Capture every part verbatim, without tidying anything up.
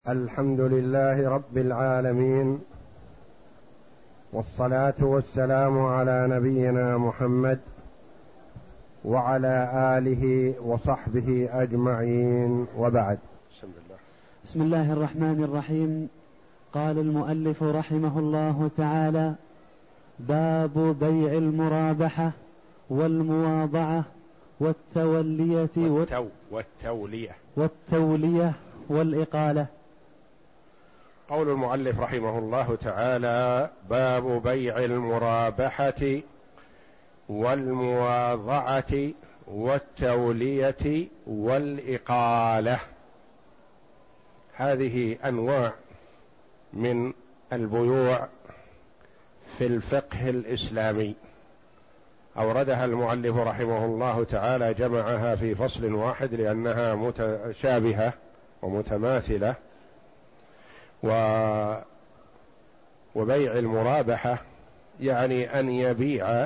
الحمد لله رب العالمين، والصلاة والسلام على نبينا محمد وعلى آله وصحبه أجمعين، وبعد. بسم الله. بسم الله الرحمن الرحيم. قال المؤلف رحمه الله تعالى: باب بيع المرابحة والمواضعة والتولية والتو والتولية والتولية والإقالة. قول المؤلف رحمه الله تعالى: باب بيع المرابحة والمواضعة والتولية والإقالة. هذه أنواع من البيوع في الفقه الإسلامي، أوردها المؤلف رحمه الله تعالى، جمعها في فصل واحد لأنها متشابهة ومتماثلة. و وبيع المرابحة يعني أن يبيع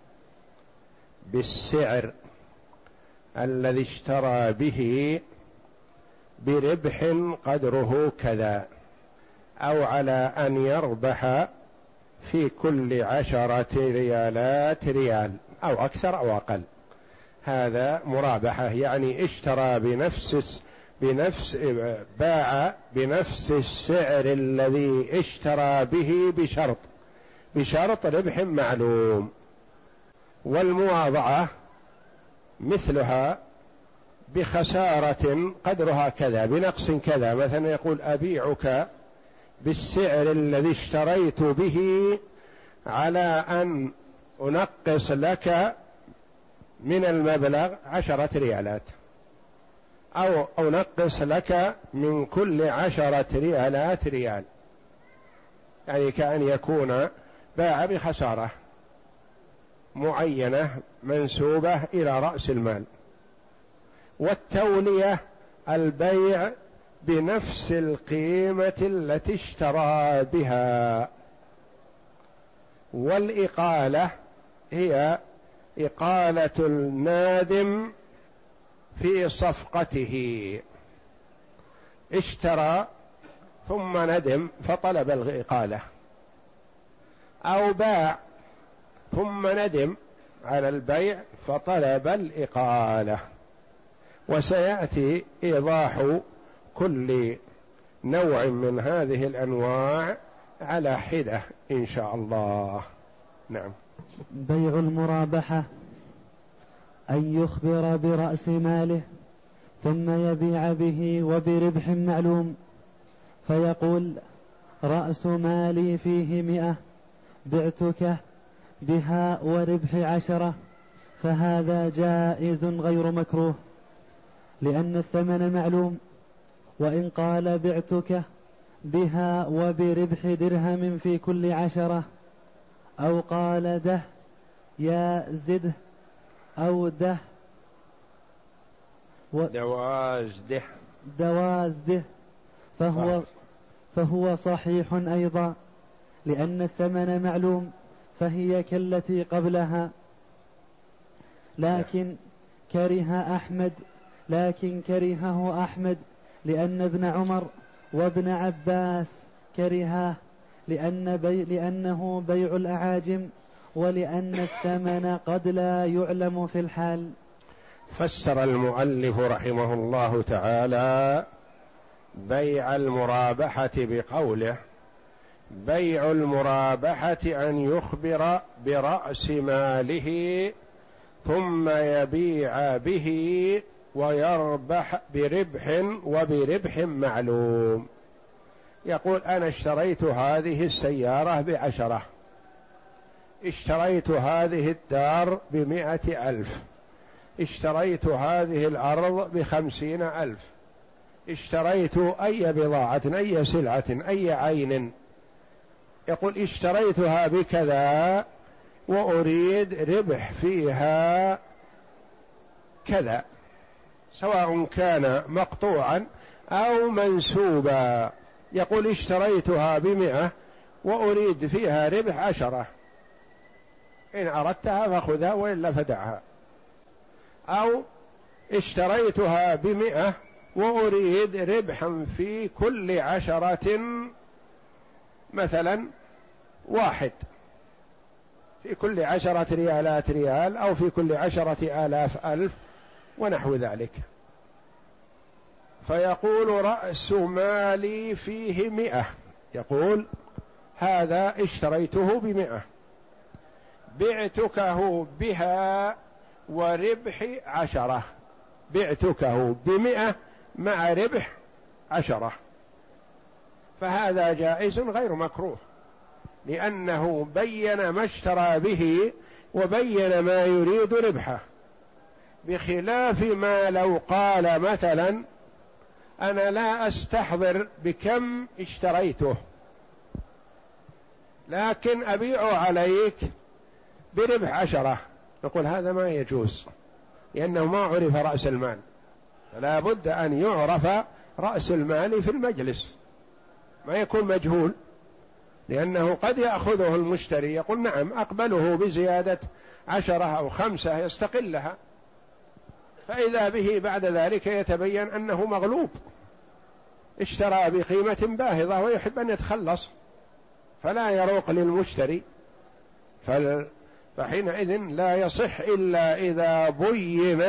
بالسعر الذي اشترى به بربح قدره كذا، أو على أن يربح في كل عشرة ريالات ريال أو أكثر أو أقل. هذا مرابحة، يعني اشترى بنفس بنفس باع بنفس السعر الذي اشترى به بشرط بشرط ربح معلوم. والمواضعة مثلها بخسارة قدرها كذا بنقص كذا، مثلا يقول: أبيعك بالسعر الذي اشتريت به على أن أنقص لك من المبلغ عشرة ريالات، أو أنقص لك من كل عشرة ريالات ريال، يعني كأن يكون باع بخسارة معينة منسوبة إلى رأس المال. والتولية البيع بنفس القيمة التي اشترى بها. والإقالة هي إقالة النادم في صفقته، اشترى ثم ندم فطلب الإقالة، أو باع ثم ندم على البيع فطلب الإقالة. وسيأتي إيضاح كل نوع من هذه الأنواع على حدة إن شاء الله. نعم. بيع المرابحة أن يخبر برأس ماله ثم يبيع به وبربح معلوم، فيقول: رأس مالي فيه مئة، بعتك بها وربح عشرة، فهذا جائز غير مكروه لأن الثمن معلوم. وإن قال: بعتك بها وبربح درهم في كل عشرة، أو قال: ده يا زده أو ده و... دوازده دوازده فهو, فهو صحيح أيضا لأن الثمن معلوم، فهي كالتي قبلها. لكن كره أحمد لكن كرهه أحمد لأن ابن عمر وابن عباس كرهاه لأن بي لأنه بيع الأعاجم، ولأن الثمن قد لا يعلم في الحال. فسر المؤلف رحمه الله تعالى بيع المرابحة بقوله: بيع المرابحة أن يخبر برأس ماله ثم يبيع به ويربح بربح وبربح معلوم. يقول: أنا اشتريت هذه السيارة بعشرة، اشتريت هذه الدار بمائة ألف، اشتريت هذه الأرض بخمسين ألف، اشتريت أي بضاعة أي سلعة أي عين. يقول: اشتريتها بكذا وأريد ربح فيها كذا، سواء كان مقطوعا أو منسوبا. يقول: اشتريتها بمئة وأريد فيها ربح عشرة، إن أردتها فخذها وإلا فدعها. أو اشتريتها بمئة وأريد ربحا في كل عشرة مثلا واحد، في كل عشرة ريالات ريال، أو في كل عشرة آلاف ألف ونحو ذلك، فيقول رأس مالي فيه مئة، يقول هذا اشتريته بمئة، بعتكه بها وربح عشرة، بعتكه بمئة مع ربح عشرة، فهذا جائز غير مكروه، لأنه بين ما اشترى به وبين ما يريد ربحه، بخلاف ما لو قال مثلا أنا لا أستحضر بكم اشتريته لكن أبيع عليك بربح عشرة، نقول هذا ما يجوز، لأنه ما عرف رأس المال، فلا بد أن يعرف رأس المال في المجلس، ما يكون مجهول، لأنه قد يأخذه المشتري يقول نعم أقبله بزيادة عشرة أو خمسة يستقلها، فإذا به بعد ذلك يتبين أنه مغلوب، اشترى بقيمة باهظة ويحب أن يتخلص، فلا يروق للمشتري، فحينئذ لا يصح إلا إذا بين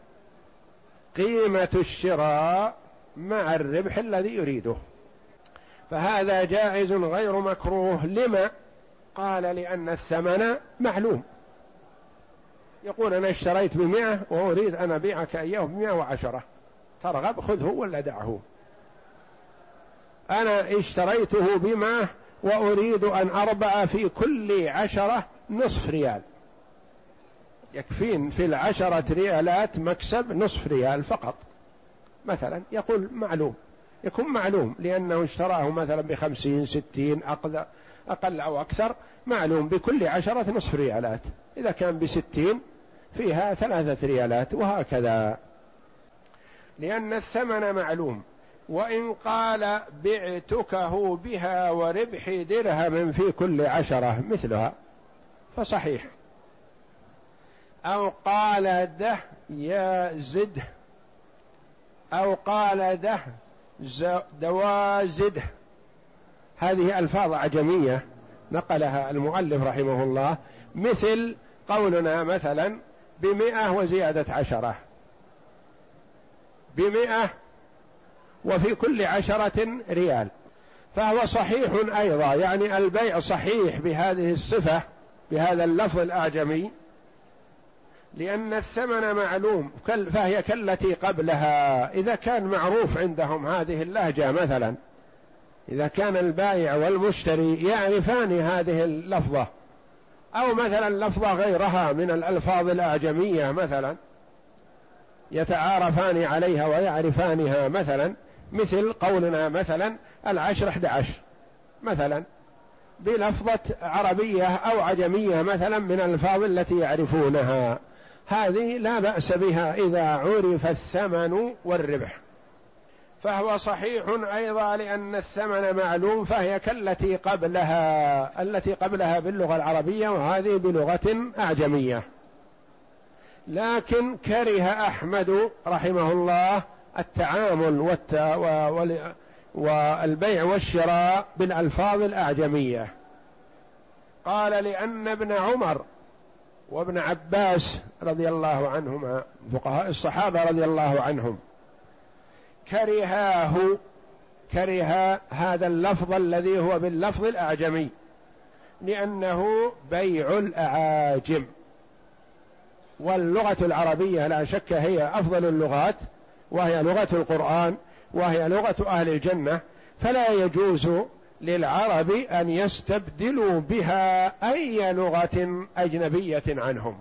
قيمة الشراء مع الربح الذي يريده، فهذا جائز غير مكروه. لما؟ قال لأن الثمن معلوم، يقول أنا اشتريت بمئة وأريد أن أبيعك إياه بمئة وعشرة، ترغب خذه ولا دعه، أنا اشتريته بمئة وأريد أن أربع في كل عشرة نصف ريال، يكفين في العشرة ريالات مكسب نصف ريال فقط مثلا، يقول معلوم، يكون معلوم لأنه اشتراه مثلا بخمسين ستين أقل أو أكثر، معلوم بكل عشرة نصف ريالات، إذا كان بستين فيها ثلاثة ريالات، وهكذا، لأن الثمن معلوم. وإن قال بعتكه بها وربح درهم في كل عشرة مثلها فصحيح، أو قال ده يا زده، أو قال ده دوازده، هذه ألفاظ عجمية نقلها المؤلف رحمه الله، مثل قولنا مثلا بمئة وزيادة عشرة، بمئة وفي كل عشرة ريال، فهو صحيح أيضا، يعني البيع صحيح بهذه الصفة بهذا اللفظ الأعجمي، لأن الثمن معلوم، فهي كالتي قبلها، إذا كان معروف عندهم هذه اللهجة مثلا، إذا كان البائع والمشتري يعرفان هذه اللفظة، أو مثلا لفظة غيرها من الألفاظ الأعجمية مثلا يتعارفان عليها ويعرفانها، مثلا مثل قولنا مثلا العشر احدى عشر مثلا بلفظة عربية أو عجمية مثلا من الألفاظ التي يعرفونها، هذه لا بأس بها إذا عرف الثمن والربح، فهو صحيح أيضا لأن الثمن معلوم، فهي كالتي قبلها، التي قبلها باللغة العربية وهذه بلغة أعجمية. لكن كره أحمد رحمه الله التعامل والت... و... والبيع والشراء بالألفاظ الأعجمية، قال لأن ابن عمر وابن عباس رضي الله عنهما فقهاء الصحابة رضي الله عنهم كرهاه، كره هذا اللفظ الذي هو باللفظ الأعجمي، لأنه بيع الأعاجم، واللغة العربية لا شك هي أفضل اللغات، وهي لغة القرآن، وهي لغة أهل الجنة، فلا يجوز للعرب أن يستبدلوا بها أي لغة أجنبية عنهم،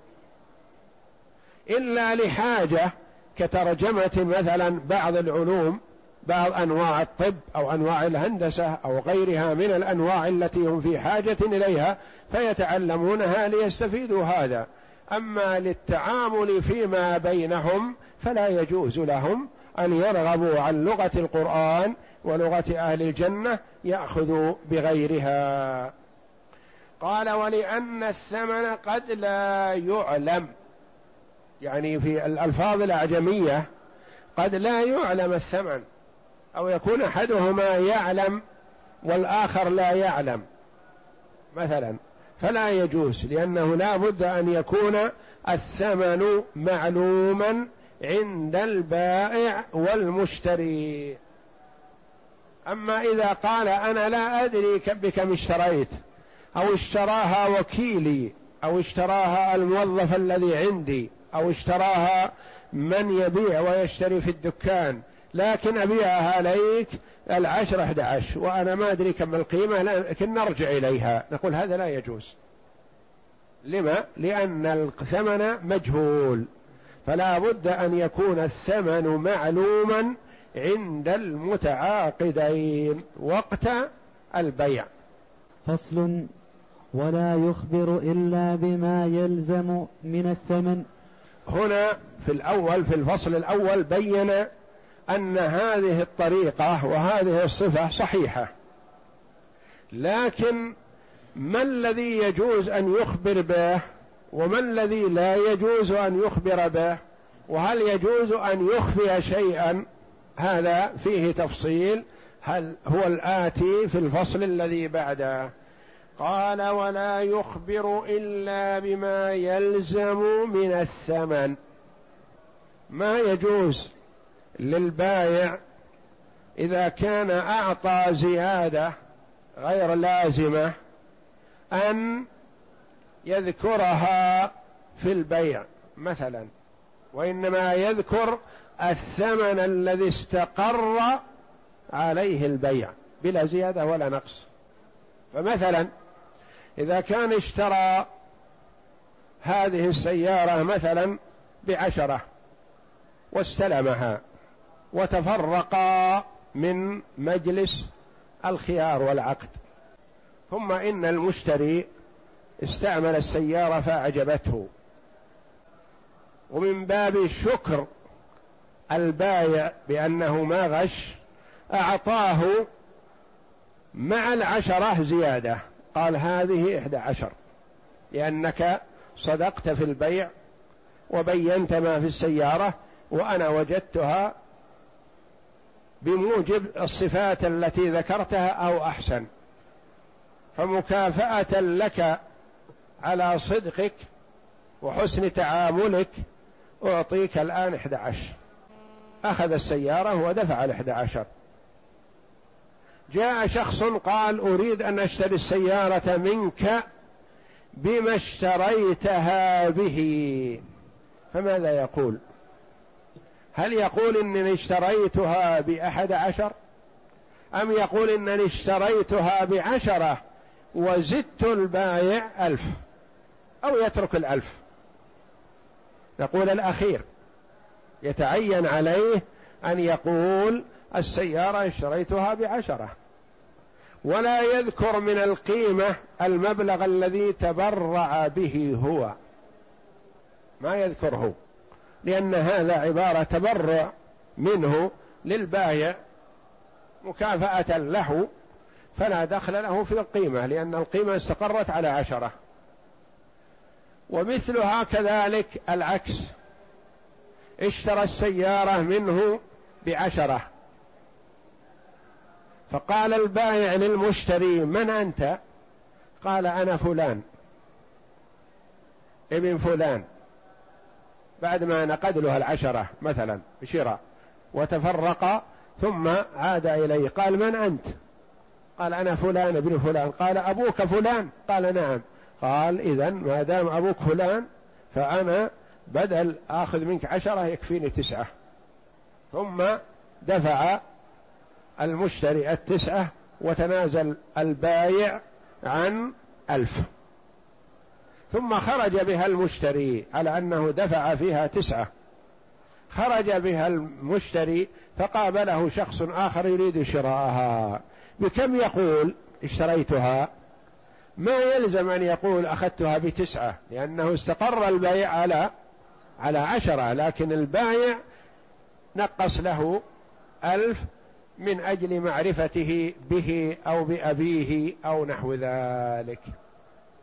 إلا لحاجة كترجمة مثلا بعض العلوم، بعض أنواع الطب أو أنواع الهندسة أو غيرها من الأنواع التي هم في حاجة إليها فيتعلمونها ليستفيدوا هذا، أما للتعامل فيما بينهم فلا يجوز لهم أن يرغبوا عن لغة القرآن ولغة أهل الجنة، يأخذوا بغيرها. قال ولأن الثمن قد لا يعلم، يعني في الألفاظ الأعجمية قد لا يعلم الثمن، أو يكون أحدهما يعلم والآخر لا يعلم مثلا، فلا يجوز، لأنه لا بد أن يكون الثمن معلوما عند البائع والمشتري. أما إذا قال أنا لا أدري بكم اشتريت، أو اشتراها وكيلي، أو اشتراها الموظف الذي عندي، أو اشتراها من يبيع ويشتري في الدكان، لكن أبيعها عليك العشر أحد عشر وأنا ما أدري كم القيمة، لكن نرجع إليها، نقول هذا لا يجوز. لما؟ لأن الثمن مجهول، فلا بد أن يكون الثمن معلوما عند المتعاقدين وقت البيع. فصل: ولا يخبر إلا بما يلزم من الثمن. هنا في الأول، في الفصل الأول، بين أن هذه الطريقة وهذه الصفة صحيحة، لكن ما الذي يجوز أن يخبر به وما الذي لا يجوز أن يخبر به، وهل يجوز أن يخفي شيئا، هذا فيه تفصيل، هل هو الآتي في الفصل الذي بعده. قال: ولا يخبر إلا بما يلزم من الثمن. ما يجوز للبائع إذا كان أعطى زيادة غير لازمة أن يذكرها في البيع مثلا، وإنما يذكر الثمن الذي استقر عليه البيع بلا زيادة ولا نقص. فمثلا إذا كان اشترى هذه السيارة مثلا بعشرة واستلمها وتفرقا من مجلس الخيار والعقد، ثم إن المشتري استعمل السيارة فأعجبته، ومن باب شكر البائع بأنه ما غش أعطاه مع العشرة زيادة، قال هذه إحدى عشر لأنك صدقت في البيع وبينت ما في السيارة وأنا وجدتها بموجب الصفات التي ذكرتها أو أحسن، فمكافأة لك على صدقك وحسن تعاملك أعطيك الآن إحدى عشر. أخذ السيارة ودفع الإحدى عشر. جاء شخص قال أريد أن أشتري السيارة منك بما اشتريتها به، فماذا يقول؟ هل يقول إنني اشتريتها بأحد عشر، أم يقول إنني اشتريتها بعشرة وزدت البائع ألف، أو يترك الألف؟ نقول الأخير، يتعين عليه أن يقول السيارة اشتريتها بعشرة، ولا يذكر من القيمة المبلغ الذي تبرع به هو، ما يذكره، لأن هذا عبارة تبرع منه للبائع مكافأة له، فلا دخل له في القيمة، لأن القيمة استقرت على عشرة. ومثلها كذلك العكس، اشترى السيارة منه بعشرة، فقال البائع للمشتري من أنت؟ قال أنا فلان ابن فلان، بعد ما نقد له العشرة مثلا بشراء وتفرق ثم عاد إليه، قال من أنت؟ قال أنا فلان ابن فلان. قال أبوك فلان؟ قال نعم. قال إذن ما دام أبوك فلان فأنا بدل آخذ منك عشرة يكفيني تسعة. ثم دفع المشتري التسعة وتنازل البايع عن ألف، ثم خرج بها المشتري على أنه دفع فيها تسعة، خرج بها المشتري فقابله شخص آخر يريد شراءها، بكم يقول اشتريتها؟ ما يلزم أن يقول أخذتها بتسعة، لأنه استقر البيع على على عشرة، لكن البائع نقص له ألف من أجل معرفته به أو بأبيه أو نحو ذلك.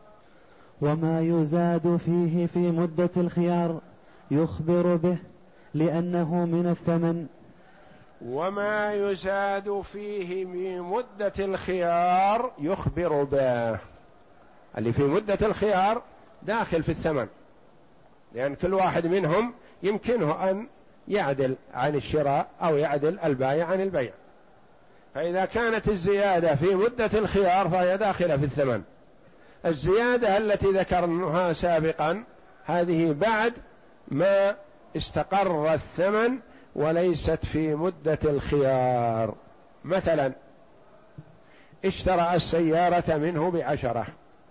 وما يزاد فيه في مدة الخيار يخبر به، لأنه من الثمن. وما يزاد فيه من مدة الخيار يخبر به، اللي في مدة الخيار داخل في الثمن، لأن كل واحد منهم يمكنه أن يعدل عن الشراء أو يعدل البائع عن البيع، فإذا كانت الزيادة في مدة الخيار فهي داخلة في الثمن. الزيادة التي ذكرناها سابقا هذه بعد ما استقر الثمن وليست في مدة الخيار. مثلا اشترى السيارة منه بعشرة،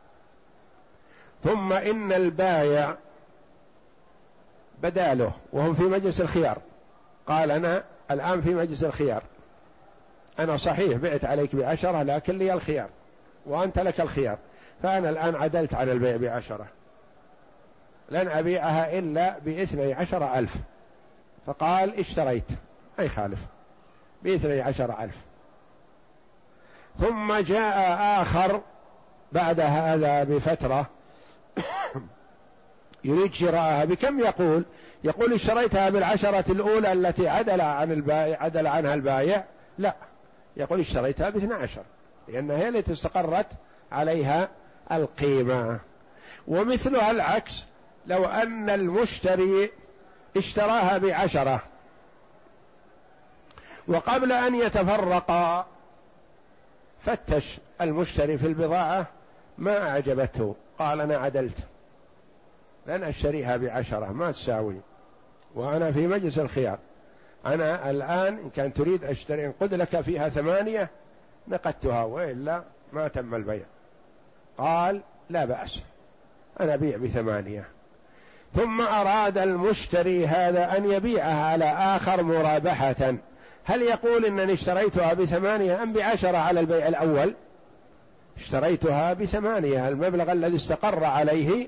ثم إن البائع بداله وهم في مجلس الخيار قال أنا الآن في مجلس الخيار، أنا صحيح بعت عليك بعشرة لكن لي الخيار وأنت لك الخيار، فأنا الآن عدلت على البيع بعشرة، لن أبيعها إلا باثني عشر ألف، فقال اشتريت أي خالف باثني عشر ألف. ثم جاء آخر بعد هذا بفترة يريد شراءها بكم؟ يقول يقول اشتريتها بالعشرة الأولى التي عدل عن البائع عدل عنها البائع، لا، يقول اشتريتها باثنى عشر لأنها هي التي استقرت عليها القيمة. ومثلها العكس، لو أن المشتري اشتراها بعشرة وقبل أن يتفرقا فتش المشتري في البضاعة ما أعجبته، قال أنا عدلت لن أشتريها بعشرة ما تساوي وأنا في مجلس الخيار، أنا الآن إن كان تريد أشتري انقد لك فيها ثمانية نقدتها وإلا ما تم البيع. قال لا بأس أنا أبيع بثمانية. ثم أراد المشتري هذا أن يبيعها على آخر مرابحة، هل يقول إنني اشتريتها بثمانية أم بعشرة على البيع الأول؟ اشتريتها بثمانية، المبلغ الذي استقر عليه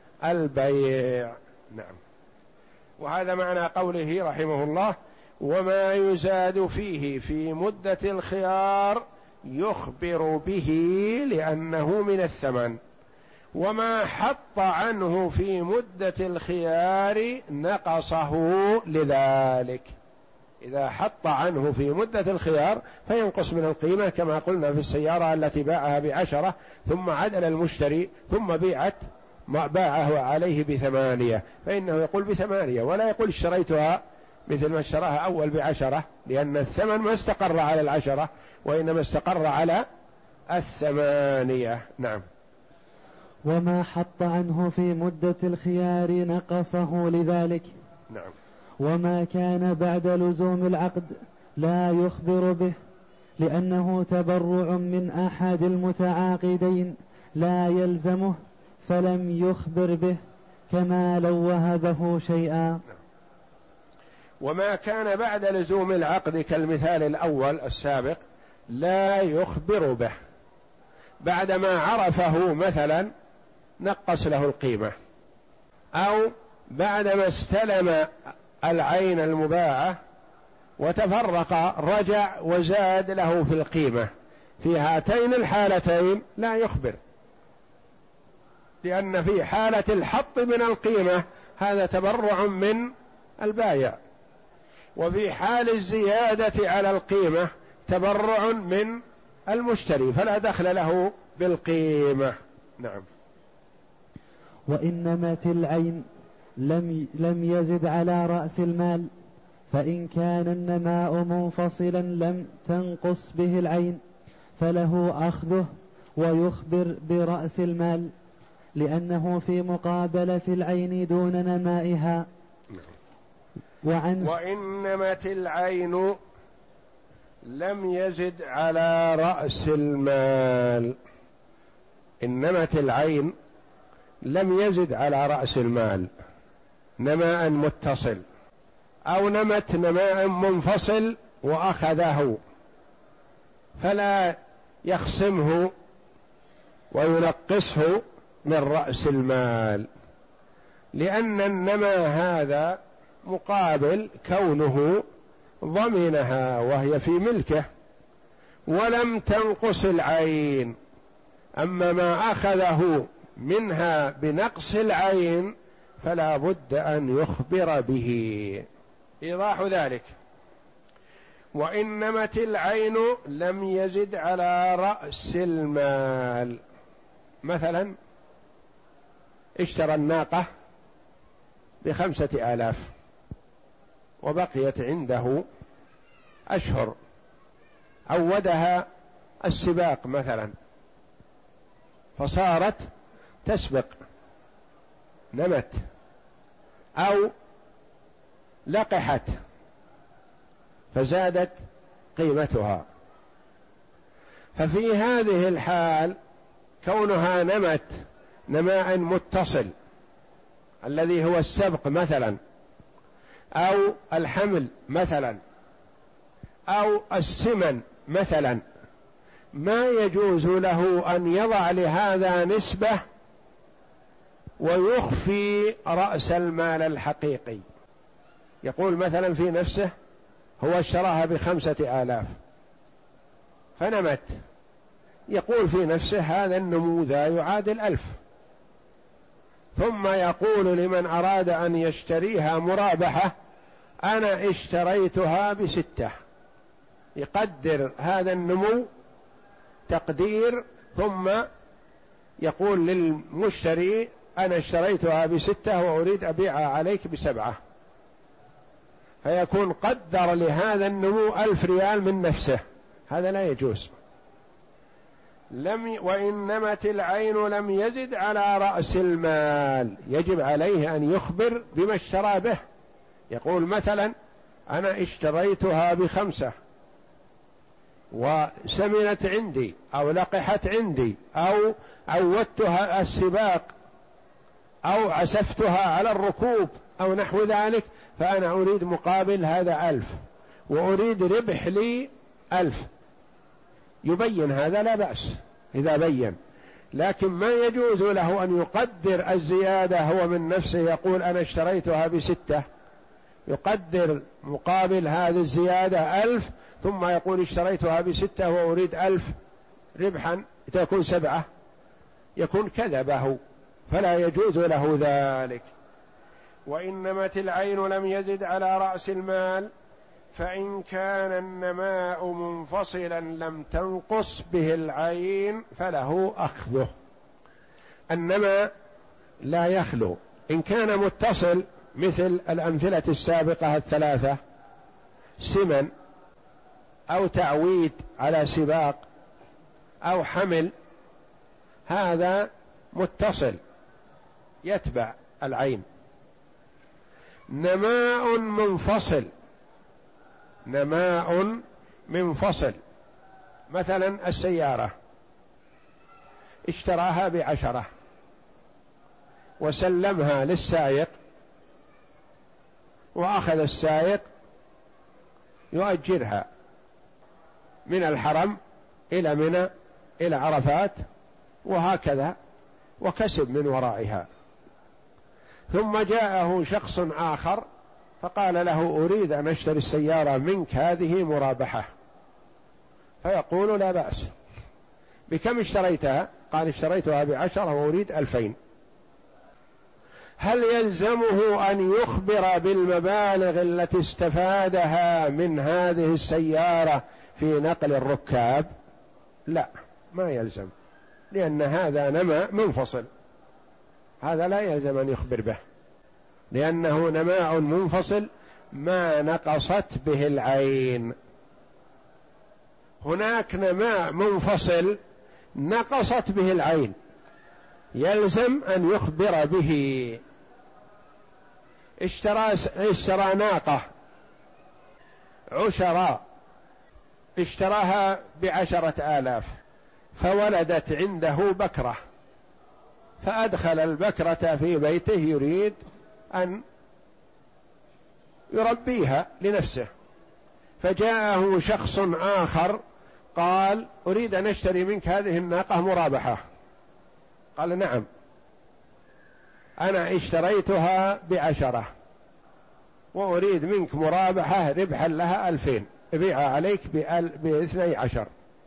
البيع. نعم. وهذا معنى قوله رحمه الله وما يزاد فيه في مدة الخيار يخبر به لأنه من الثمن، وما حط عنه في مدة الخيار نقصه لذلك. إذا حط عنه في مدة الخيار فينقص من القيمة، كما قلنا في السيارة التي باعها بعشرة ثم عدل المشتري ثم بيعت ما باعه عليه بثمانية، فإنه يقول بثمانية ولا يقول اشتريتها مثل ما اشتراها أول بعشرة، لأن الثمن ما استقر على العشرة وإنما استقر على الثمانية. نعم. وما حط عنه في مدة الخيار نقصه لذلك. نعم. وما كان بعد لزوم العقد لا يخبر به، لأنه تبرع من أحد المتعاقدين لا يلزمه فلم يخبر به كما لو وهبه شيئا. وما كان بعد لزوم العقد كالمثال الأول السابق لا يخبر به، بعدما عرفه مثلا نقص له القيمة، أو بعدما استلم العين المباعة وتفرق رجع وزاد له في القيمة، في هاتين الحالتين لا يخبر، لأن في حالة الحط من القيمة هذا تبرع من البائع، وفي حال الزيادة على القيمة تبرع من المشتري فلا دخل له بالقيمة. نعم. وإنما العين لم لم يزد على رأس المال، فإن كان النماء منفصلا لم تنقص به العين فله أخذه ويخبر برأس المال، لأنه في مقابلة العين دون نمائها. وعنه وإنما العين لم يزد على رأس المال، إنما العين لم يزد على رأس المال نماء متصل، أو نمت نماء منفصل وأخذه فلا يخصمه وينقصه من رأس المال، لأن النماء هذا مقابل كونه ضمنها وهي في ملكه ولم تنقص العين. أما ما أخذه منها بنقص العين فلا بد أن يخبر به. إيضاح ذلك: وإن نمت العين لم يزد على رأس المال. مثلا اشترى الناقة بخمسة آلاف وبقيت عنده أشهر، عودها السباق مثلا فصارت تسبق، نمت أو لقحت فزادت قيمتها. ففي هذه الحال كونها نمت نماء متصل الذي هو السبق مثلا، أو الحمل مثلا، أو السمن مثلا، ما يجوز له أن يضع لهذا نسبة ويخفي رأس المال الحقيقي. يقول مثلا في نفسه هو اشتراها بخمسة آلاف فنمت، يقول في نفسه هذا النمو ذا يعادل ألف، ثم يقول لمن أراد أن يشتريها مرابحة أنا اشتريتها بستة، يقدر هذا النمو تقدير، ثم يقول للمشتري أنا اشتريتها بستة وأريد أبيعها عليك بسبعة، فيكون قدر لهذا النمو ألف ريال من نفسه، هذا لا يجوز. لم وإن نمت العين لم يزد على رأس المال، يجب عليه أن يخبر بما اشترى به، يقول مثلا أنا اشتريتها بخمسة وسمنت عندي أو لقحت عندي أو عودتها السباق أو عسفتها على الركوب أو نحو ذلك، فأنا أريد مقابل هذا ألف وأريد ربح لي ألف، يبين هذا لا بأس إذا بين، لكن ما يجوز له أن يقدر الزيادة هو من نفسه، يقول أنا اشتريتها بستة، يقدر مقابل هذه الزيادة ألف ثم يقول اشتريتها بستة وأريد ألف ربحا تكون سبعة، يكون كذبه، فلا يجوز له ذلك. وإن نمت العين لم يزد على رأس المال، فإن كان النماء منفصلا لم تنقص به العين فله أخذه. النماء لا يخلو، إن كان متصل مثل الأمثلة السابقة الثلاثة، سمن أو تعويد على سباق أو حمل، هذا متصل يتبع العين. نماء منفصل، نماء منفصل مثلا السيارة اشتراها بعشرة وسلمها للسائق، وأخذ السائق يؤجرها من الحرم إلى منى إلى عرفات وهكذا، وكسب من ورائها، ثم جاءه شخص آخر فقال له أريد أن أشتري السيارة منك هذه مرابحة، فيقول لا بأس، بكم اشتريتها؟ قال اشتريتها بعشرة وأريد ألفين. هل يلزمه أن يخبر بالمبالغ التي استفادها من هذه السيارة في نقل الركاب؟ لا، ما يلزم، لأن هذا نماء منفصل، هذا لا يلزم أن يخبر به، لأنه نماء منفصل ما نقصت به العين. هناك نماء منفصل نقصت به العين، يلزم أن يخبر به. اشترى اشترى ناقة عشراء، اشتراها بعشرة آلاف فولدت عنده بكرة، فأدخل البكرة في بيته يريد أن يربيها لنفسه، فجاءه شخص آخر قال أريد أن أشتري منك هذه الناقة مرابحة، قال نعم أنا اشتريتها بعشرة وأريد منك مرابحة ربحا لها ألفين، أبيعها عليك باثني عشر.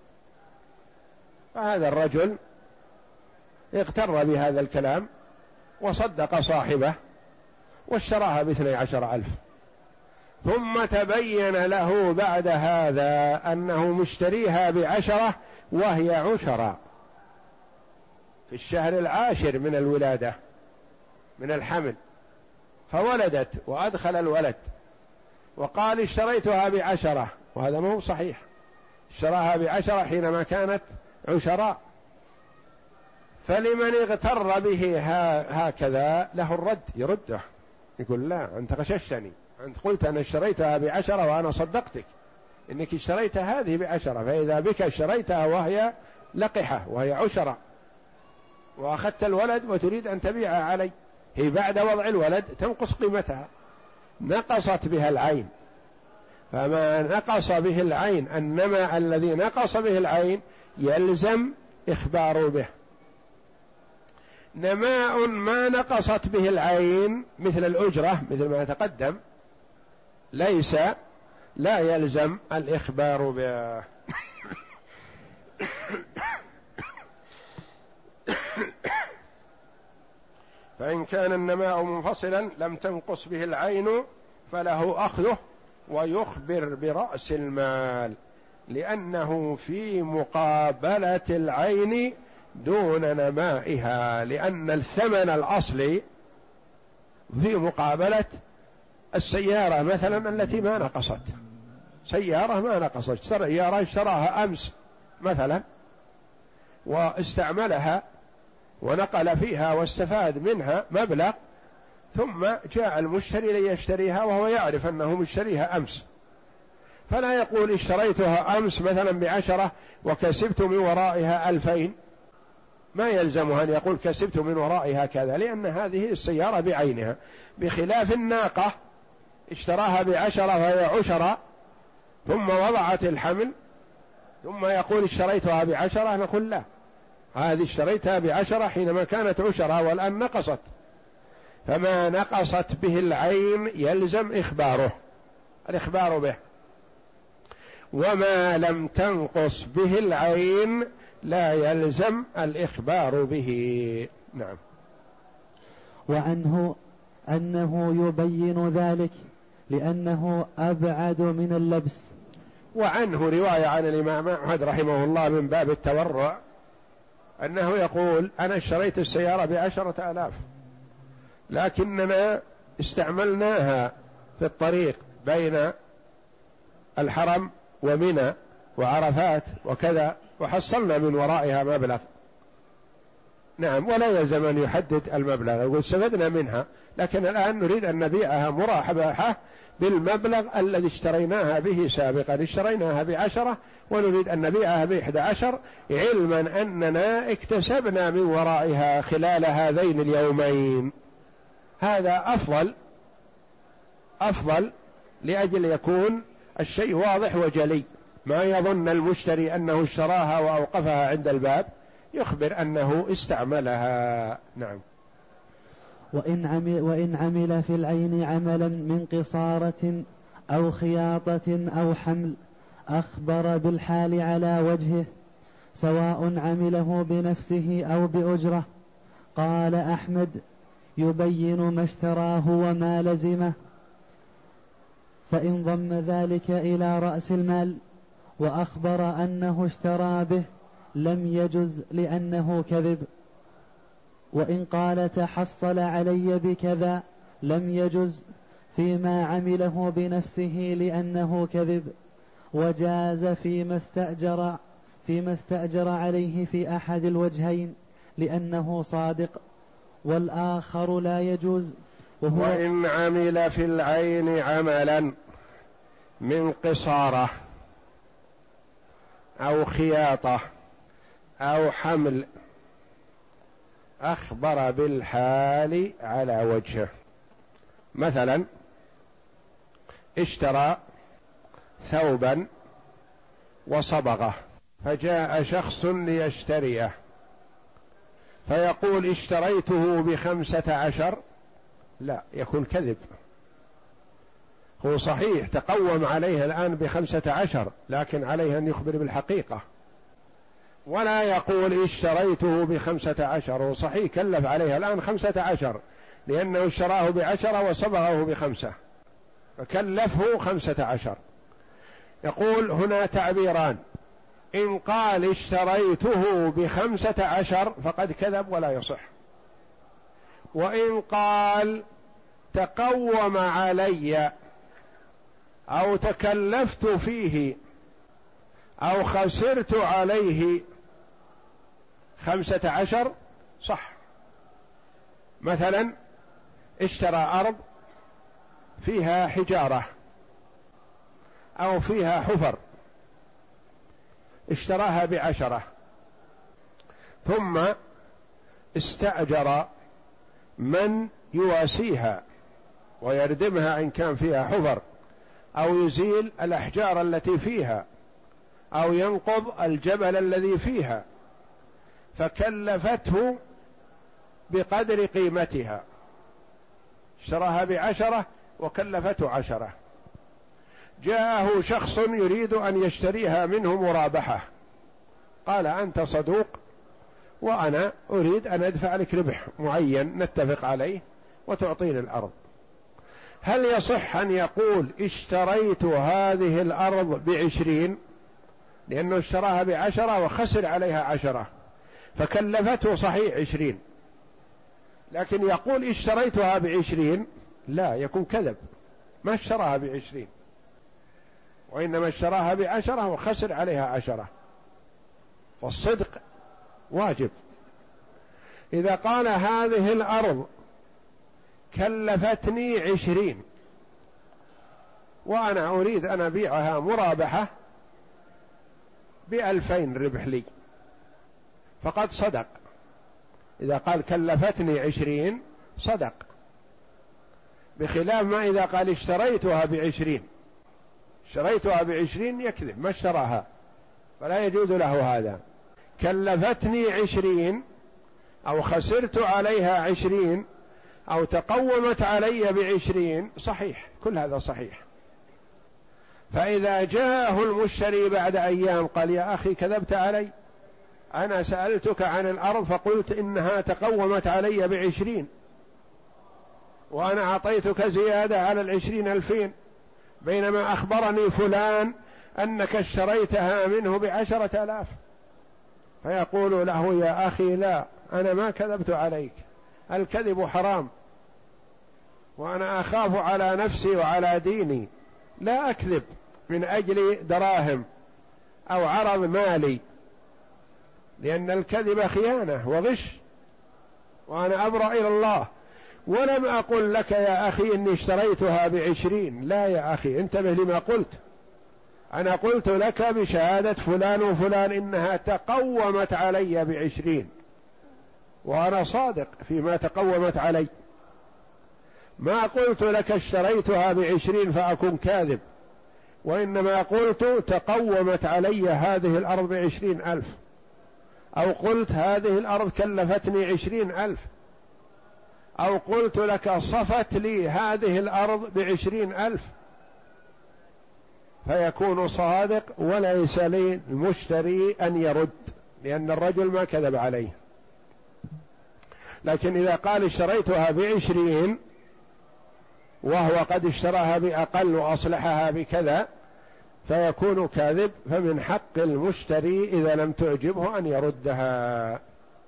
فهذا الرجل اغتر بهذا الكلام وصدق صاحبه واشتراها باثني عشر ألف، ثم تبين له بعد هذا أنه مشتريها بعشرة وهي عشرة في الشهر العاشر من الولادة من الحمل، فولدت وأدخل الولد وقال اشتريتها بعشرة، وهذا ما هو صحيح، اشتراها بعشرة حينما كانت عشراء. فلمن اغتر به هكذا له الرد، يرده يقول لا أنت غششتني، أنت قلت أنا اشتريتها بعشرة وأنا صدقتك إنك اشتريت هذه بعشرة، فإذا بك اشتريتها وهي لقحة وهي عشرة وأخذت الولد وتريد أن تبيعها علي، هي بعد وضع الولد تنقص قيمتها، نقصت بها العين. فما نقص به العين، النماء الذي نقص به العين يلزم إخبار به. نماء ما نقصت به العين مثل الأجرة مثل ما تقدم ليس لا يلزم الإخبار به. فإن كان النماء منفصلا لم تنقص به العين فله أخذه ويخبر برأس المال، لأنه في مقابلة العين دون نمائها، لأن الثمن الأصلي في مقابلة السيارة مثلا التي ما نقصت، سيارة ما نقصت، سيارة اشتراها أمس مثلا واستعملها ونقل فيها واستفاد منها مبلغ، ثم جاء المشتري ليشتريها وهو يعرف أنه مشتريها أمس، فلا يقول اشتريتها أمس مثلا بعشرة وكسبت من ورائها ألفين، ما يلزمها أن يقول كسبت من ورائها كذا، لأن هذه السيارة بعينها، بخلاف الناقة اشتراها بعشرة وهي عشرة ثم وضعت الحمل ثم يقول اشتريتها بعشرة، نقول لا، هذه اشتريتها بعشرة حينما كانت عشرة والآن نقصت، فما نقصت به العين يلزم إخباره الإخبار به، وما لم تنقص به العين لا يلزم الإخبار به. نعم. وعنه أنه يبين ذلك لأنه أبعد من اللبس. وعنه رواية عن الإمام أحمد رحمه الله من باب التورع أنه يقول أنا اشتريت السيارة بعشرة آلاف لكننا استعملناها في الطريق بين الحرم ومنى وعرفات وكذا وحصلنا من ورائها مبلغ. نعم، ولا يلزم أن يحدد المبلغ، يقول استفدنا منها، لكن الآن نريد أن نبيعها مرابحة بالمبلغ الذي اشتريناها به سابقا، اشتريناها بعشرة ونريد أن نبيعها بإحدى عشر، علما أننا اكتسبنا من ورائها خلال هذين اليومين. هذا أفضل أفضل لأجل يكون الشيء واضح وجلي، ما يظن المشتري أنه اشتراها وأوقفها عند الباب، يخبر أنه استعملها. نعم. وإن عمل, وإن عمل في العين عملا من قصارة أو خياطة أو حمل أخبر بالحال على وجهه سواء عمله بنفسه أو بأجرة. قال أحمد يبين ما اشتراه وما لزمه، فإن ضم ذلك إلى رأس المال وأخبر أنه اشترى به لم يجز لأنه كذب، وإن قال تحصل علي بكذا لم يجز فيما عمله بنفسه لأنه كذب، وجاز فيما استأجر فيما استأجر عليه في أحد الوجهين لأنه صادق، والآخر لا يجوز. وهو وإن عمل في العين عملا من قصارة أو خياطة أو حمل أخبر بالحال على وجهه. مثلا اشترى ثوبا وصبغه، فجاء شخص ليشتريه فيقول اشتريته بخمسة عشر، لا، يكون كذب. هو صحيح تقوم عليه الآن بخمسة عشر، لكن عليه أن يخبر بالحقيقة، ولا يقول اشتريته بخمسة عشر، وصحيح كلف عليه الآن خمسة عشر لأنه اشتراه بعشرة وصبغه بخمسة، فكلفه خمسة عشر. يقول هنا تعبيران: إن قال اشتريته بخمسة عشر فقد كذب ولا يصح، وإن قال تقوم علي أو تكلفت فيه أو خسرت عليه خمسة عشر صح. مثلا اشترى أرض فيها حجارة أو فيها حفر، اشتراها بعشرة، ثم استأجر من يواسيها ويردمها إن كان فيها حفر، أو يزيل الأحجار التي فيها، أو ينقض الجبل الذي فيها، فكلفته بقدر قيمتها، اشتراها بعشرة وكلفته عشرة. جاءه شخص يريد أن يشتريها منه مرابحة، قال أنت صدوق وأنا أريد أن أدفع لك ربح معين نتفق عليه وتعطيني الأرض. هل يصح أن يقول اشتريت هذه الأرض بعشرين لأنه اشتراها بعشرة وخسر عليها عشرة فكلفته صحيح عشرين، لكن يقول اشتريتها بعشرين؟ لا، يكون كذب، ما اشتراها بعشرين وإنما اشتراها بعشرة وخسر عليها عشرة، والصدق واجب. إذا قال هذه الأرض كلفتني عشرين وأنا أريد أن أبيعها مرابحة بألفين ربح لي، فقد صدق. إذا قال كلفتني عشرين صدق، بخلاف ما إذا قال اشتريتها بعشرين، اشتريتها بعشرين يكذب، ما اشتراها، فلا يجوز له هذا. كلفتني عشرين أو خسرت عليها عشرين أو تقومت علي بعشرين صحيح، كل هذا صحيح. فإذا جاءه المشتري بعد أيام قال يا أخي كذبت علي، أنا سألتك عن الأرض فقلت إنها تقومت علي بعشرين وأنا أعطيتك زيادة على العشرين ألفين، بينما أخبرني فلان أنك اشتريتها منه بعشرة آلاف، فيقول له يا أخي لا، أنا ما كذبت عليك، الكذب حرام وأنا أخاف على نفسي وعلى ديني، لا أكذب من أجل دراهم أو عرض مالي، لأن الكذب خيانة وغش وأنا أبرأ إلى الله. ولم أقل لك يا أخي إني اشتريتها بعشرين، لا يا أخي انتبه لما قلت، أنا قلت لك بشهادة فلان وفلان إنها تقومت علي بعشرين وأنا صادق فيما تقومت علي، ما قلت لك اشتريتها بعشرين فأكون كاذب، وإنما قلت تقومت علي هذه الأرض بعشرين ألف، أو قلت هذه الأرض كلفتني عشرين ألف، أو قلت لك صفت لي هذه الأرض بعشرين ألف، فيكون صادق وليس للمشتري أن يرد، لأن الرجل ما كذب عليه. لكن إذا قال اشتريتها بعشرين وهو قد اشتراها بأقل وأصلحها بكذا فيكون كاذب، فمن حق المشتري إذا لم تعجبه أن يردها.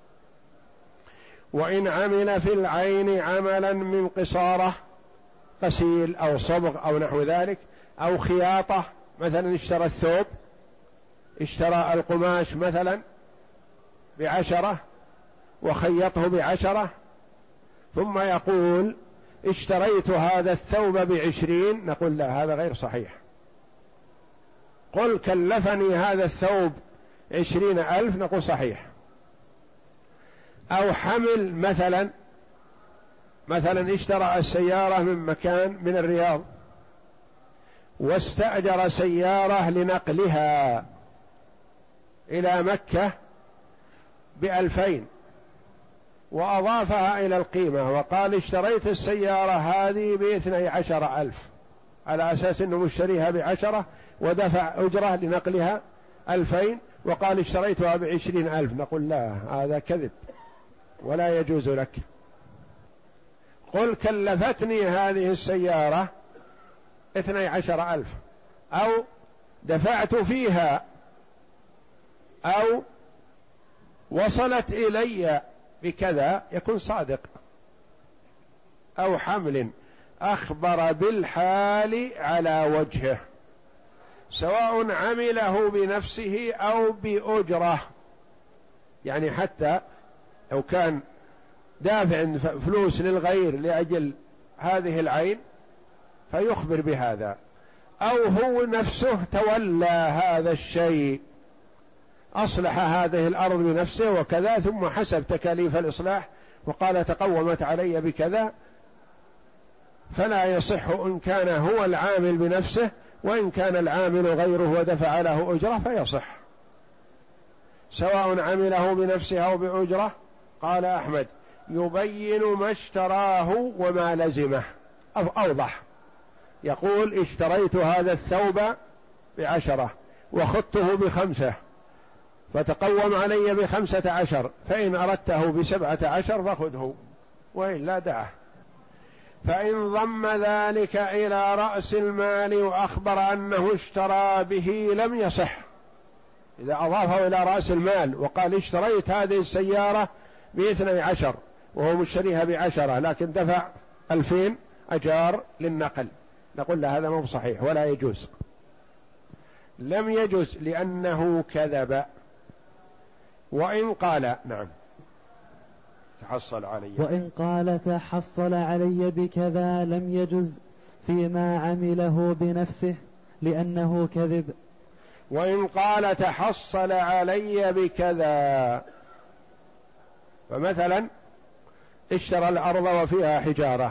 وإن عمل في العين عملا من قصارة، غسيل أو صبغ أو نحو ذلك، أو خياطة، مثلا اشترى الثوب، اشترى القماش مثلا بعشرة وخيطه بعشرة، ثم يقول اشتريت هذا الثوب بعشرين، نقول لا، هذا غير صحيح. قل كلفني هذا الثوب عشرين ألف، نقول صحيح. أو حمل مثلا مثلا اشترى السيارة من مكان من الرياض واستأجر سيارة لنقلها إلى مكة بألفين وأضافها إلى القيمة وقال اشتريت السيارة هذه باثني عشر ألف، على أساس أنه مشتريها بعشرة ودفع أجرة لنقلها ألفين وقال اشتريتها بعشرين ألف، نقول لا، هذا كذب ولا يجوز لك. قل كلفتني هذه السيارة اثني عشر ألف، أو دفعت فيها، أو وصلت إلي بكذا، يكون صادق. أو حمل أخبر بالحال على وجهه، سواء عمله بنفسه أو بأجرة. يعني حتى لو كان دافع فلوس للغير لأجل هذه العين فيخبر بهذا، أو هو نفسه تولى هذا الشيء، أصلح هذه الأرض بنفسه وكذا، ثم حسب تكاليف الإصلاح وقال تقومت علي بكذا، فلا يصح إن كان هو العامل بنفسه، وإن كان العامل غيره ودفع له أجرة فيصح، سواء عمله بنفسه أو بأجرة. قال أحمد: يبين ما اشتراه وما لزمه. أوضح، يقول: اشتريت هذا الثوب بعشرة وخذته بخمسة، فتقوم علي بخمسة عشر، فإن أردته بسبعة عشر فخذه، وإلا دعه. فإن ضم ذلك إلى رأس المال وأخبر أنه اشترى به لم يصح. إذا أضافه إلى رأس المال وقال اشتريت هذه السيارة باثني عشر وهو مشتريها بعشرة، لكن دفع ألفين أجار للنقل، نقول له هذا مو صحيح ولا يجوز. لم يجوز لأنه كذب. وإن قال نعم تحصل علي، وإن قال تحصل علي بكذا لم يجز فيما عمله بنفسه لأنه كذب. وإن قال تحصل علي بكذا، فمثلا اشترى الأرض وفيها حجارة،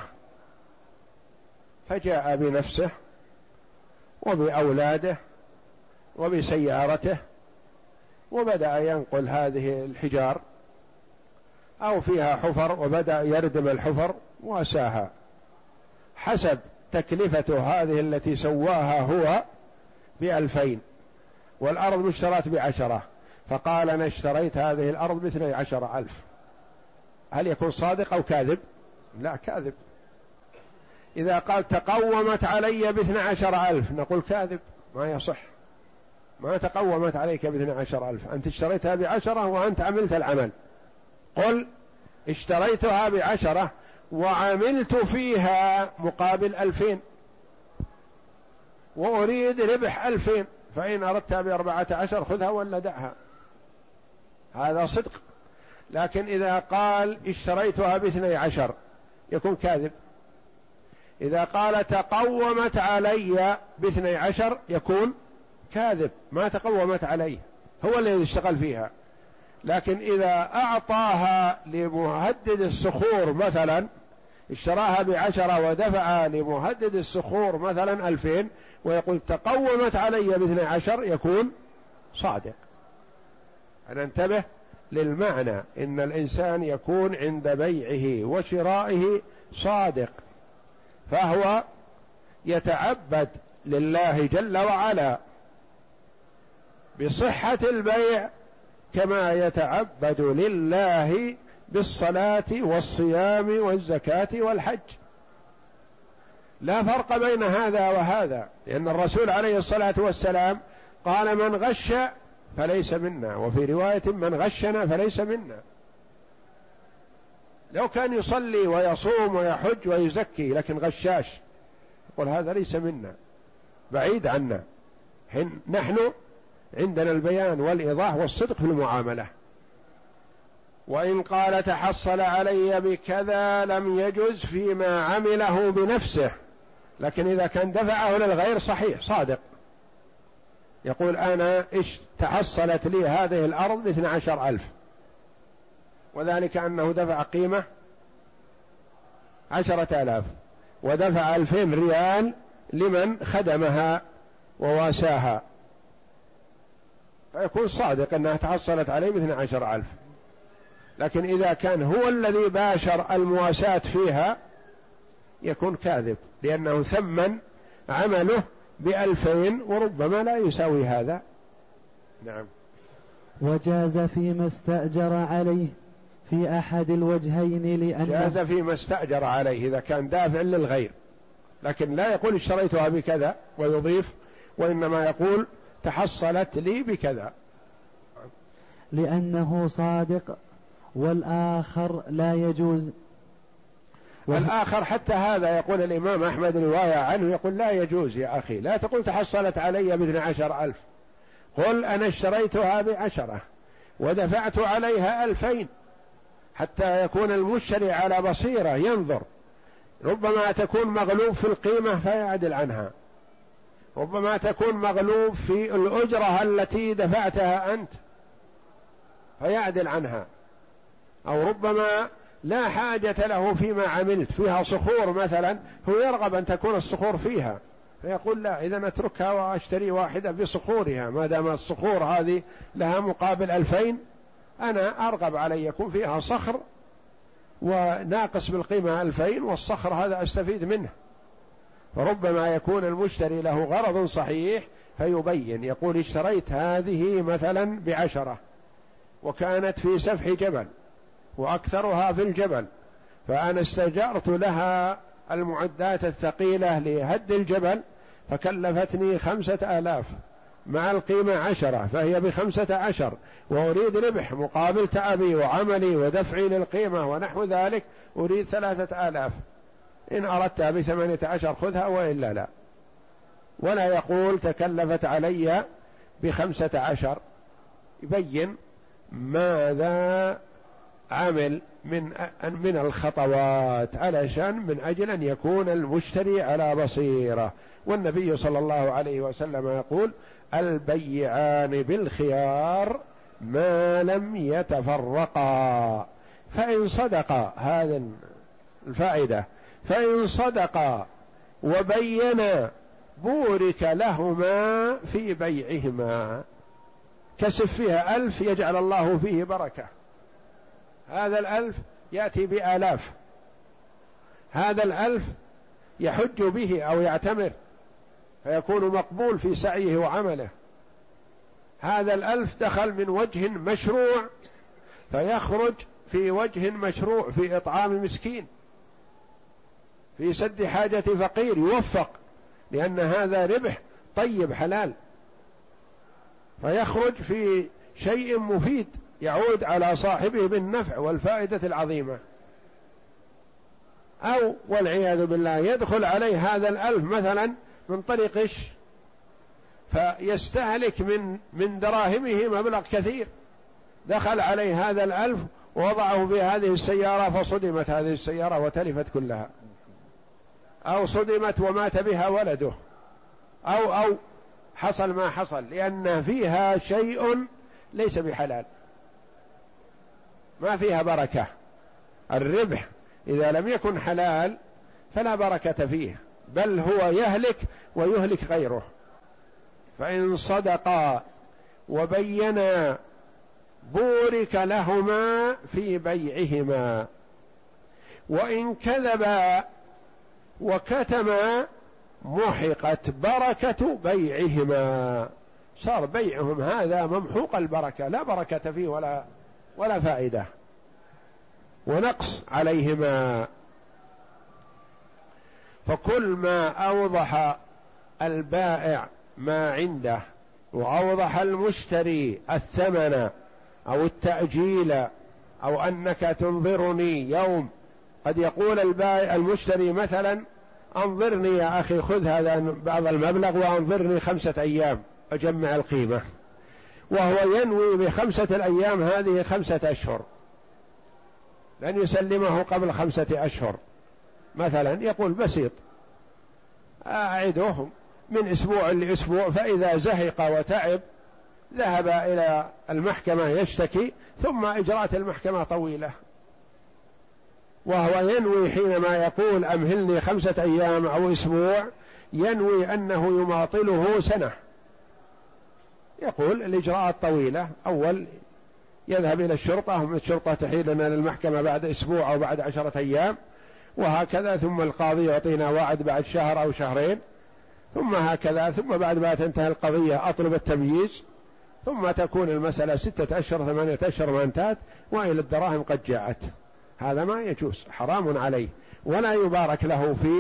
فجاء بنفسه وبأولاده وبسيارته وبدأ ينقل هذه الحجار، أو فيها حفر وبدأ يردم الحفر وأساها، حسب تكلفة هذه التي سواها هو بألفين، والأرض مشترات بعشرة، فقال أنا اشتريت هذه الأرض باثني عشر ألف، هل يكون صادق أو كاذب؟ لا، كاذب. إذا قال تقومت علي باثني عشر ألف نقول كاذب، ما يصح، ما تقومت عليك باثني عشر ألف، أنت اشتريتها بعشرة وأنت عملت العمل. قل اشتريتها بعشرة وعملت فيها مقابل ألفين وأريد ربح ألفين، فإن أردتها بأربعة عشر خذها ولا دعها، هذا صدق. لكن إذا قال اشتريتها باثني عشر يكون كاذب. إذا قال تقومت علي باثني عشر يكون كاذب، ما تقومت عليه، هو الذي اشتغل فيها. لكن إذا أعطاها لمهدد الصخور مثلا، اشتراها بعشرة ودفع لمهدد الصخور مثلا ألفين ويقول تقومت علي باثني عشر يكون صادق. أنا انتبه للمعنى، إن الإنسان يكون عند بيعه وشرائه صادق، فهو يتعبد لله جل وعلا بصحة البيع كما يتعبد لله بالصلاة والصيام والزكاة والحج، لا فرق بين هذا وهذا، لأن الرسول عليه الصلاة والسلام قال من غش فليس منا، وفي رواية من غشنا فليس منا. لو كان يصلي ويصوم ويحج ويزكي لكن غشاش، يقول هذا ليس منا، بعيد عنا. نحن عندنا البيان والإيضاح والصدق في المعاملة. وإن قال تحصل علي بكذا لم يجز فيما عمله بنفسه، لكن إذا كان دفعه للغير صحيح صادق، يقول أنا إيش تحصلت لي هذه الأرض باثنى عشر ألف، وذلك أنه دفع قيمة عشرة آلاف ودفع ألفين ريال لمن خدمها وواساها، فيكون صادق أنها تحصلت عليه باثنى عشر ألف. لكن إذا كان هو الذي باشر المواساة فيها يكون كاذب، لأنه ثمن عمله بألفين وربما لا يساوي هذا. نعم. وجاز فيما استأجر عليه في أحد الوجهين، لأن جاز فيما استأجر عليه إذا كان دافع للغير، لكن لا يقول اشتريتها بكذا ويضيف، وإنما يقول تحصلت لي بكذا. لأنه صادق، والآخر لا يجوز. الآخر حتى هذا يقول الإمام أحمد رواية عنه يقول لا يجوز يا أخي، لا تقول تحصلت علي باثنى عشر ألف، قل أنا اشتريتها بعشرة ودفعت عليها ألفين، حتى يكون المشتري على بصيرة ينظر. ربما تكون مغلوب في القيمة فيعدل عنها، ربما تكون مغلوب في الأجرة التي دفعتها أنت فيعدل عنها، أو ربما لا حاجة له فيما عملت، فيها صخور مثلا هو يرغب أن تكون الصخور فيها فيقول لا، إذا أتركها وأشتري واحدة بصخورها، ما دام الصخور هذه لها مقابل ألفين أنا أرغب علي يكون فيها صخر وناقص بالقيمة ألفين والصخر هذا أستفيد منه. فربما يكون المشتري له غرض صحيح فيبين، يقول اشتريت هذه مثلا بعشرة وكانت في سفح جبل وأكثرها في الجبل، فأنا استجرت لها المعدات الثقيلة لهد الجبل فكلفتني خمسة آلاف مع القيمة عشرة، فهي بخمسة عشر، وأريد ربح مقابل تعبي وعملي ودفعي للقيمة ونحو ذلك أريد ثلاثة آلاف، إن أردتها بثمانية عشر خذها وإلا لا. ولا يقول تكلفت علي بخمسة عشر، يبين ماذا عمل من من الخطوات علشان من أجل أن يكون المشتري على بصيرة. والنبي صلى الله عليه وسلم يقول البيعان بالخيار ما لم يتفرقا، فإن صدقا، هذا الفائدة، فإن صدقا وبينا بورك لهما في بيعهما. كسب فيها ألف يجعل الله فيه بركة، هذا الألف يأتي بآلاف، هذا الألف يحج به أو يعتمر فيكون مقبول في سعيه وعمله، هذا الألف دخل من وجه مشروع فيخرج في وجه مشروع، في إطعام مسكين، في سد حاجة فقير، يوفق لأن هذا ربح طيب حلال، فيخرج في شيء مفيد يعود على صاحبه بالنفع والفائدة العظيمة. أو والعياذ بالله يدخل عليه هذا الألف مثلا من طريق غش فيستهلك من من دراهمه مبلغ كثير، دخل عليه هذا الألف ووضعه في هذه السيارة فصدمت هذه السيارة وتلفت كلها، أو صدمت ومات بها ولده، أو أو حصل ما حصل، لأن فيها شيء ليس بحلال، ما فيها بركة. الربح إذا لم يكن حلال فلا بركة فيه، بل هو يهلك ويهلك غيره. فإن صدقا وبينا بورك لهما في بيعهما، وإن كذبا وكتما محقت بركة بيعهما، صار بيعهم هذا ممحوق البركة، لا بركة فيه ولا ولا فائدة، ونقص عليهما. فكل ما أوضح البائع ما عنده وأوضح المشتري الثمن أو التأجيل أو أنك تنظرني يوم، قد يقول البائع المشتري مثلا أنظرني يا أخي خذ هذا بعض المبلغ وأنظرني خمسة أيام أجمع القيمة، وهو ينوي بخمسة الأيام هذه خمسة أشهر، لن يسلمه قبل خمسة أشهر مثلا، يقول بسيط أعدهم من أسبوع لأسبوع، فإذا زهق وتعب ذهب إلى المحكمة يشتكي، ثم إجراءات المحكمة طويلة، وهو ينوي حينما يقول أمهلني خمسة أيام أو أسبوع ينوي أنه يماطله سنة. يقول الإجراءات طويلة، أول يذهب إلى الشرطة، هم الشرطة تحيل لنا للمحكمة بعد أسبوع أو بعد عشرة أيام، وهكذا، ثم القاضي يعطينا وعد بعد شهر أو شهرين، ثم هكذا، ثم بعد ما تنتهي القضية أطلب التمييز، ثم تكون المسألة ستة أشهر ثمانية أشهر ما انتهت وإلى الدراهم قد جاءت. هذا ما يجوز، حرام عليه، ولا يبارك له في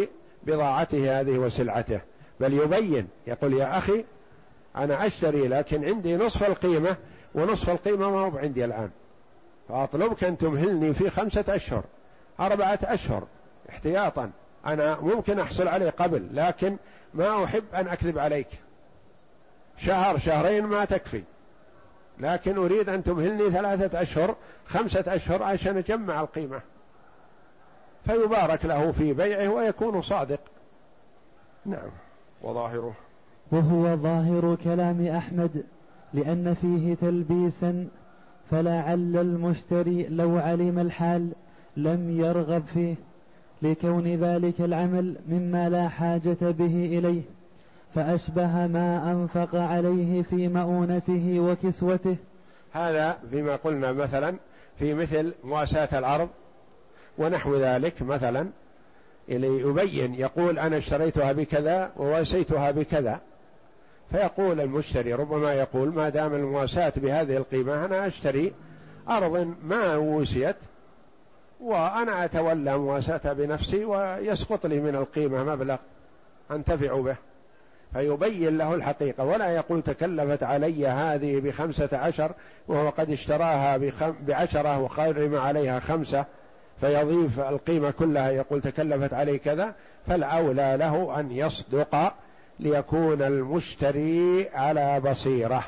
بضاعته هذه وسلعته، بل يبين يقول يا أخي أنا أشتري لكن عندي نصف القيمة ونصف القيمة ما هو عندي الآن، فأطلبك أن تمهلني في خمسة أشهر أربعة أشهر احتياطا، أنا ممكن أحصل عليه قبل لكن ما أحب أن أكذب عليك، شهر شهرين ما تكفي، لكن أريد أن تمهلني ثلاثة أشهر خمسة أشهر عشان أجمع القيمة، فيبارك له في بيعه ويكون صادق. نعم. وظاهره وهو ظاهر كلام أحمد لأن فيه تلبيسا، فلعل المشتري لو علم الحال لم يرغب فيه لكون ذلك العمل مما لا حاجة به إليه، فأشبه ما أنفق عليه في مؤونته وكسوته. هذا بما قلنا مثلا في مثل مواساة الأرض ونحو ذلك، مثلا اللي يبين يقول أنا اشتريتها بكذا وواسيتها بكذا، فيقول المشتري ربما يقول ما دام المواساة بهذه القيمة أنا أشتري أرض ما وسيت وأنا أتولى مواساتها بنفسي ويسقط لي من القيمة مبلغ أنتفع به، فيبين له الحقيقة، ولا يقول تكلفت علي هذه بخمسة عشر وهو قد اشتراها بعشرة وقرم عليها خمسة، فيضيف القيمة كلها يقول تكلفت علي كذا. فالأولى له أن يصدق ليكون المشتري على بصيرة،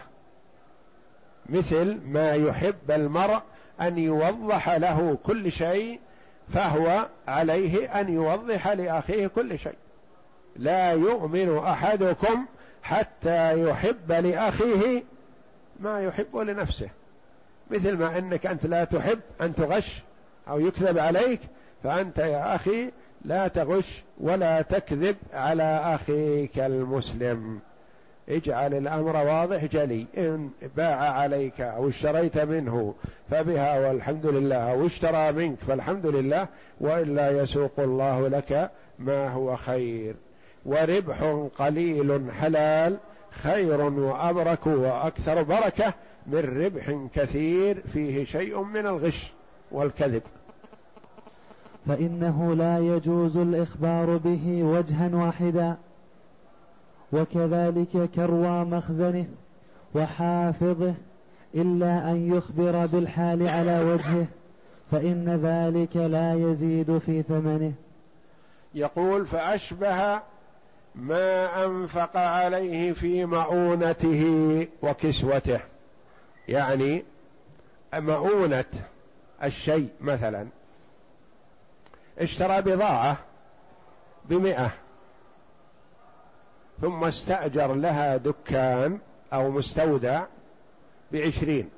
مثل ما يحب المرء أن يوضح له كل شيء، فهو عليه أن يوضح لأخيه كل شيء. لا يؤمن أحدكم حتى يحب لأخيه ما يحب لنفسه، مثل ما أنك أنت لا تحب أن تغش أو يكذب عليك، فأنت يا أخي لا تغش ولا تكذب على أخيك المسلم. اجعل الأمر واضح جلي، إن باع عليك أو اشتريت منه فبها والحمد لله، أو اشترى منك فالحمد لله، وإلا يسوق الله لك ما هو خير. وربح قليل حلال خير وأبرك وأكثر بركة من ربح كثير فيه شيء من الغش والكذب. فإنه لا يجوز الإخبار به وجها واحدا، وكذلك كروى مخزنه وحافظه، إلا أن يخبر بالحال على وجهه، فإن ذلك لا يزيد في ثمنه. يقول فأشبه ما أنفق عليه في مؤونته وكسوته، يعني مؤونة الشيء، مثلا اشترى بضاعة بمئة ثم استأجر لها دكان أو مستودع بعشرين،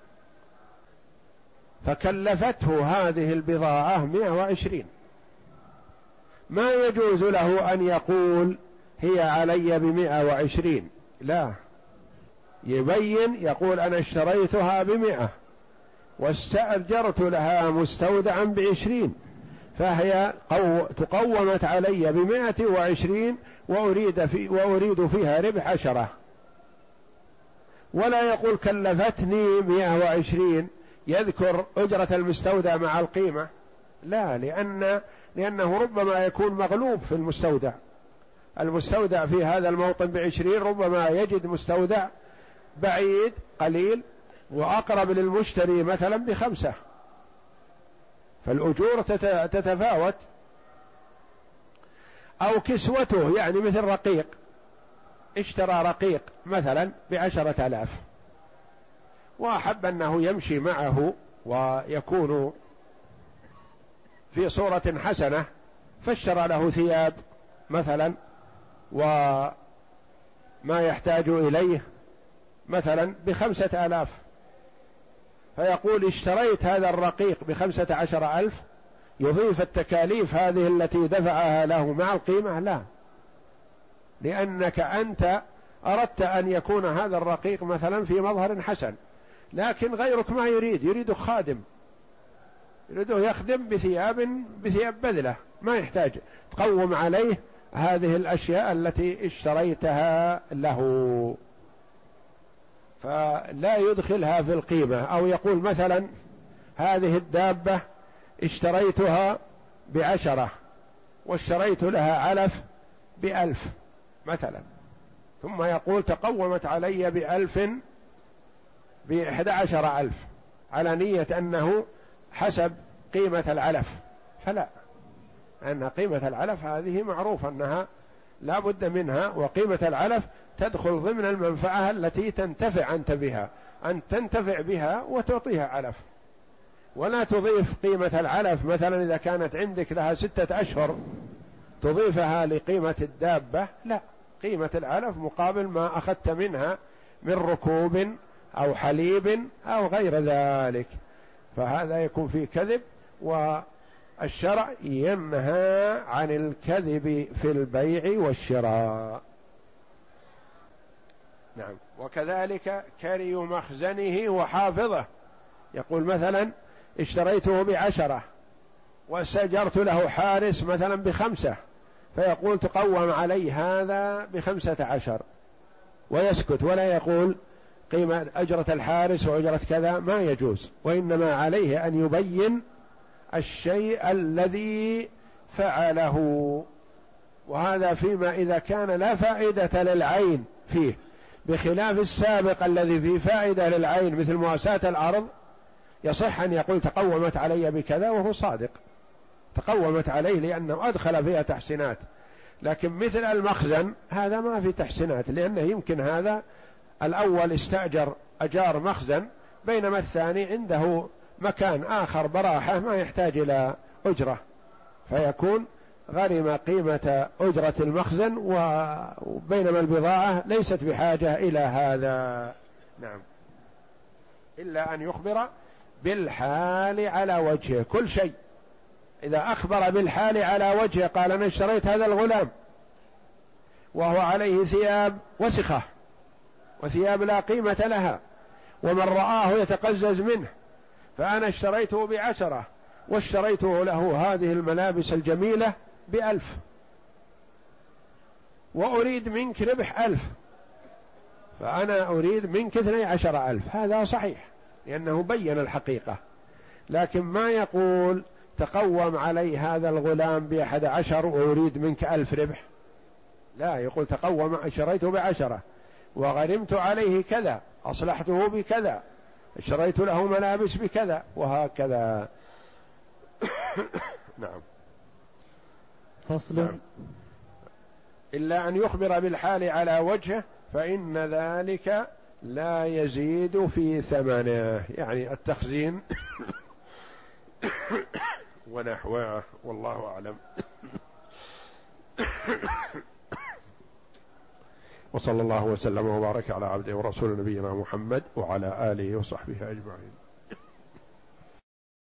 فكلفته هذه البضاعة مئة وعشرين، ما يجوز له أن يقول هي علي بمئة وعشرين، لا، يبين يقول أنا اشتريتها بمئة واستأجرت لها مستودعا بعشرين، فهي قو... تقومت علي بمائة وعشرين وأريد, في... وأريد فيها ربح عشرة، ولا يقول كلفتني مائة وعشرين يذكر أجرة المستودع مع القيمة، لا، لأن لأنه ربما يكون مغلوب في المستودع، المستودع في هذا الموطن بعشرين ربما يجد مستودع بعيد قليل وأقرب للمشتري مثلا بخمسة، فالأجور تتفاوت. أو كسوته، يعني مثل رقيق، اشترى رقيق مثلا بعشرة آلاف وأحب أنه يمشي معه ويكون في صورة حسنة، فاشترى له ثياب مثلا وما يحتاج إليه مثلا بخمسة آلاف، فيقول اشتريت هذا الرقيق بخمسة عشر ألف، يضيف التكاليف هذه التي دفعها له مع القيمة؟ لا، لأنك أنت أردت أن يكون هذا الرقيق مثلا في مظهر حسن، لكن غيرك ما يريد، يريد خادم، يريده يخدم بثياب بثياب بذلة، ما يحتاج تقوم عليه هذه الأشياء التي اشتريتها له، فلا يدخلها في القيمة. أو يقول مثلا هذه الدابة اشتريتها بعشرة واشتريت لها علف بألف مثلا، ثم يقول تقومت علي بألف بإحدى عشر ألف على نية أنه حسب قيمة العلف، فلا، أن قيمة العلف هذه معروفة أنها لا بد منها، وقيمة العلف تدخل ضمن المنفعة التي تنتفع أنت بها، أن تنتفع بها وتعطيها علف، ولا تضيف قيمة العلف مثلا إذا كانت عندك لها ستة أشهر تضيفها لقيمة الدابة، لا، قيمة العلف مقابل ما أخذت منها من ركوب أو حليب أو غير ذلك، فهذا يكون فيه كذب، والشرع ينهى عن الكذب في البيع والشراء. نعم. وكذلك كري مخزنه وحافظه، يقول مثلا اشتريته بعشرة واستأجرت له حارس مثلا بخمسة، فيقول تقوم علي هذا بخمسة عشر ويسكت ولا يقول قيمة أجرة الحارس وأجرة كذا، ما يجوز، وإنما عليه أن يبين الشيء الذي فعله، وهذا فيما إذا كان لا فائدة للعين فيه، بخلاف السابق الذي فيه فائدة للعين مثل مواساة الأرض، يصح أن يقول تقومت علي بكذا وهو صادق، تقومت عليه لأنه أدخل فيها تحسينات، لكن مثل المخزن هذا ما في تحسينات، لأنه يمكن هذا الأول استأجر أجار مخزن، بينما الثاني عنده مكان آخر براحة ما يحتاج إلى أجرة، فيكون غرم قيمة أجرة المخزن، وبينما البضاعة ليست بحاجة إلى هذا. نعم. إلا أن يخبر بالحال على وجهه، كل شيء إذا أخبر بالحال على وجهه، قال أنا اشتريت هذا الغلام وهو عليه ثياب وسخة وثياب لا قيمة لها، ومن رآه يتقزز منه، فأنا اشتريته بعشرة واشتريته له هذه الملابس الجميلة بألف، وأريد منك ربح ألف، فأنا أريد منك اثني عشر ألف، هذا صحيح لأنه بين الحقيقة، لكن ما يقول تقوم علي هذا الغلام بأحد عشر وأريد منك ألف ربح، لا، يقول تقوم اشتريته بعشرة وغرمت عليه كذا، أصلحته بكذا، اشتريت له ملابس بكذا، وهكذا. نعم. فصل. نعم. إلا أن يخبر بالحال على وجهه فإن ذلك لا يزيد في ثمنه، يعني التخزين ونحوه، والله أعلم. وصلى الله وسلم وبارك على عبده ورسول نبينا محمد وعلى آله وصحبه أجمعين.